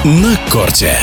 На корте.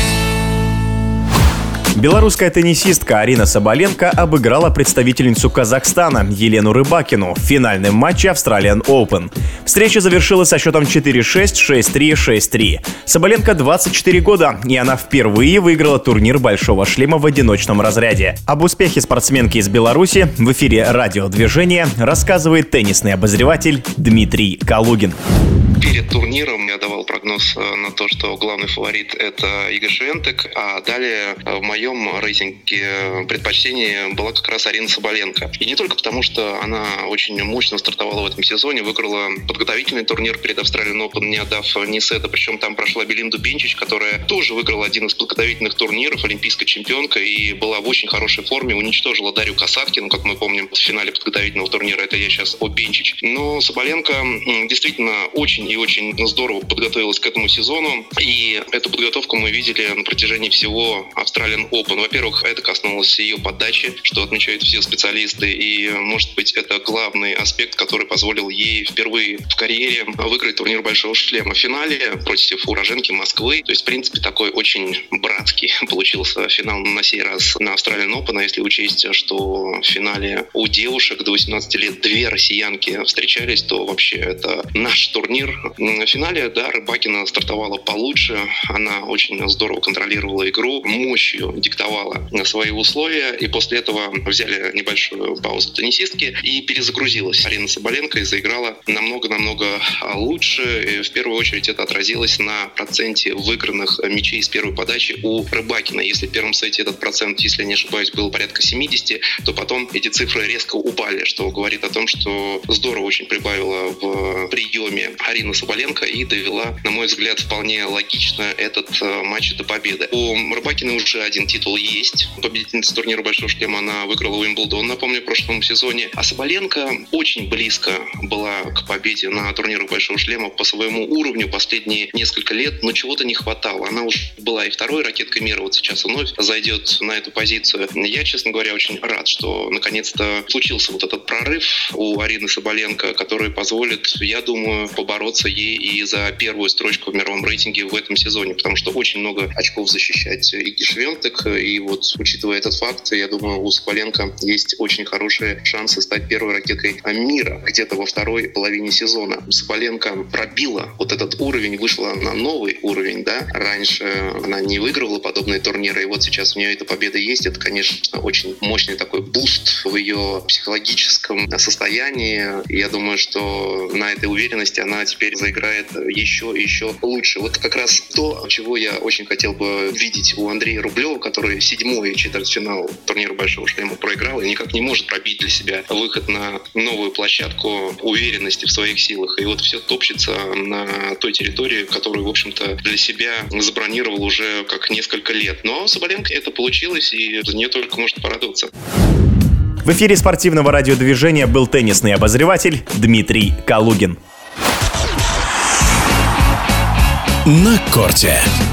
Белорусская теннисистка Арина Соболенко обыграла представительницу Казахстана Елену Рыбакину в финальном матче Australian Open. Встреча завершилась со счетом 4-6, 6-3, 6-3. Соболенко 24 года, и она впервые выиграла турнир «Большого шлема» в одиночном разряде. Об успехе спортсменки из Беларуси в эфире радиодвижения рассказывает теннисный обозреватель Дмитрий Калугин. Перед турниром я давал прогноз на то, что главный фаворит — это Ига Швентек, а далее в моем рейтинге предпочтение была как раз Арина Соболенко. И не только потому, что она очень мощно стартовала в этом сезоне, выиграла подготовительный турнир перед Australian Open, не отдав ни сета, причем там прошла Белинду Бенчич, которая тоже выиграла один из подготовительных турниров, олимпийская чемпионка, и была в очень хорошей форме, уничтожила Дарью Касаткину, как мы помним, в финале подготовительного турнира, это я сейчас о Бенчич. Но Соболенко действительно очень и очень здорово подготовилась к этому сезону, и эту подготовку мы видели на протяжении всего Australian Open. Во-первых, это коснулось ее подачи, что отмечают все специалисты, и, может быть, это главный аспект, который позволил ей впервые в карьере выиграть турнир «Большого шлема». В финале против уроженки Москвы, то есть, в принципе, такой очень братский получился финал на сей раз на Australian Open, а если учесть, что в финале у девушек до 18 лет две россиянки встречались, то вообще это наш турнир. В финале, да, Рыбакина стартовала получше, она очень здорово контролировала игру, мощью диктовала свои условия, и после этого взяли небольшую паузу теннисистки и перезагрузилась. Арина Соболенко и заиграла намного-намного лучше, и в первую очередь это отразилось на проценте выигранных мячей с первой подачи у Рыбакина. Если в первом сете этот процент, если я не ошибаюсь, был порядка 70, то потом эти цифры резко упали, что говорит о том, что здорово очень прибавила в приеме Арина Соболенко и довела, на мой взгляд, вполне логично этот матч до победы. У Рыбакиной уже один титул есть. Победительница турнира «Большого шлема», она выиграла Уимблдон, напомню, в прошлом сезоне. А Соболенко очень близко была к победе на турнирах «Большого шлема» по своему уровню последние несколько лет, но чего-то не хватало. Она уже была и второй ракеткой мира, вот сейчас вновь зайдет на эту позицию. Я, честно говоря, очень рад, что наконец-то случился вот этот прорыв у Арины Соболенко, который позволит, я думаю, побороться ей и за первую строчку в мировом рейтинге в этом сезоне, потому что очень много очков защищать Иги Швентек, и вот, учитывая этот факт, я думаю, у Соболенко есть очень хорошие шансы стать первой ракеткой мира где-то во второй половине сезона. Соболенко пробила вот этот уровень, вышла на новый уровень, да, раньше она не выигрывала подобные турниры, и вот сейчас у нее эта победа есть, это, конечно, очень мощный такой буст в ее психологическом состоянии, я думаю, что на этой уверенности она теперь заиграет еще и еще лучше. Вот как раз то, чего я очень хотел бы видеть у Андрея Рублева, который 7-й четвертьфинал турнира «Большого шлема» проиграл и никак не может пробить для себя выход на новую площадку уверенности в своих силах. И вот все топчется на той территории, которую, в общем-то, для себя забронировал уже как несколько лет. Но Соболенко это получилось, и за нее только может порадоваться. В эфире спортивного радиодвижения был теннисный обозреватель Дмитрий Калугин. На корте.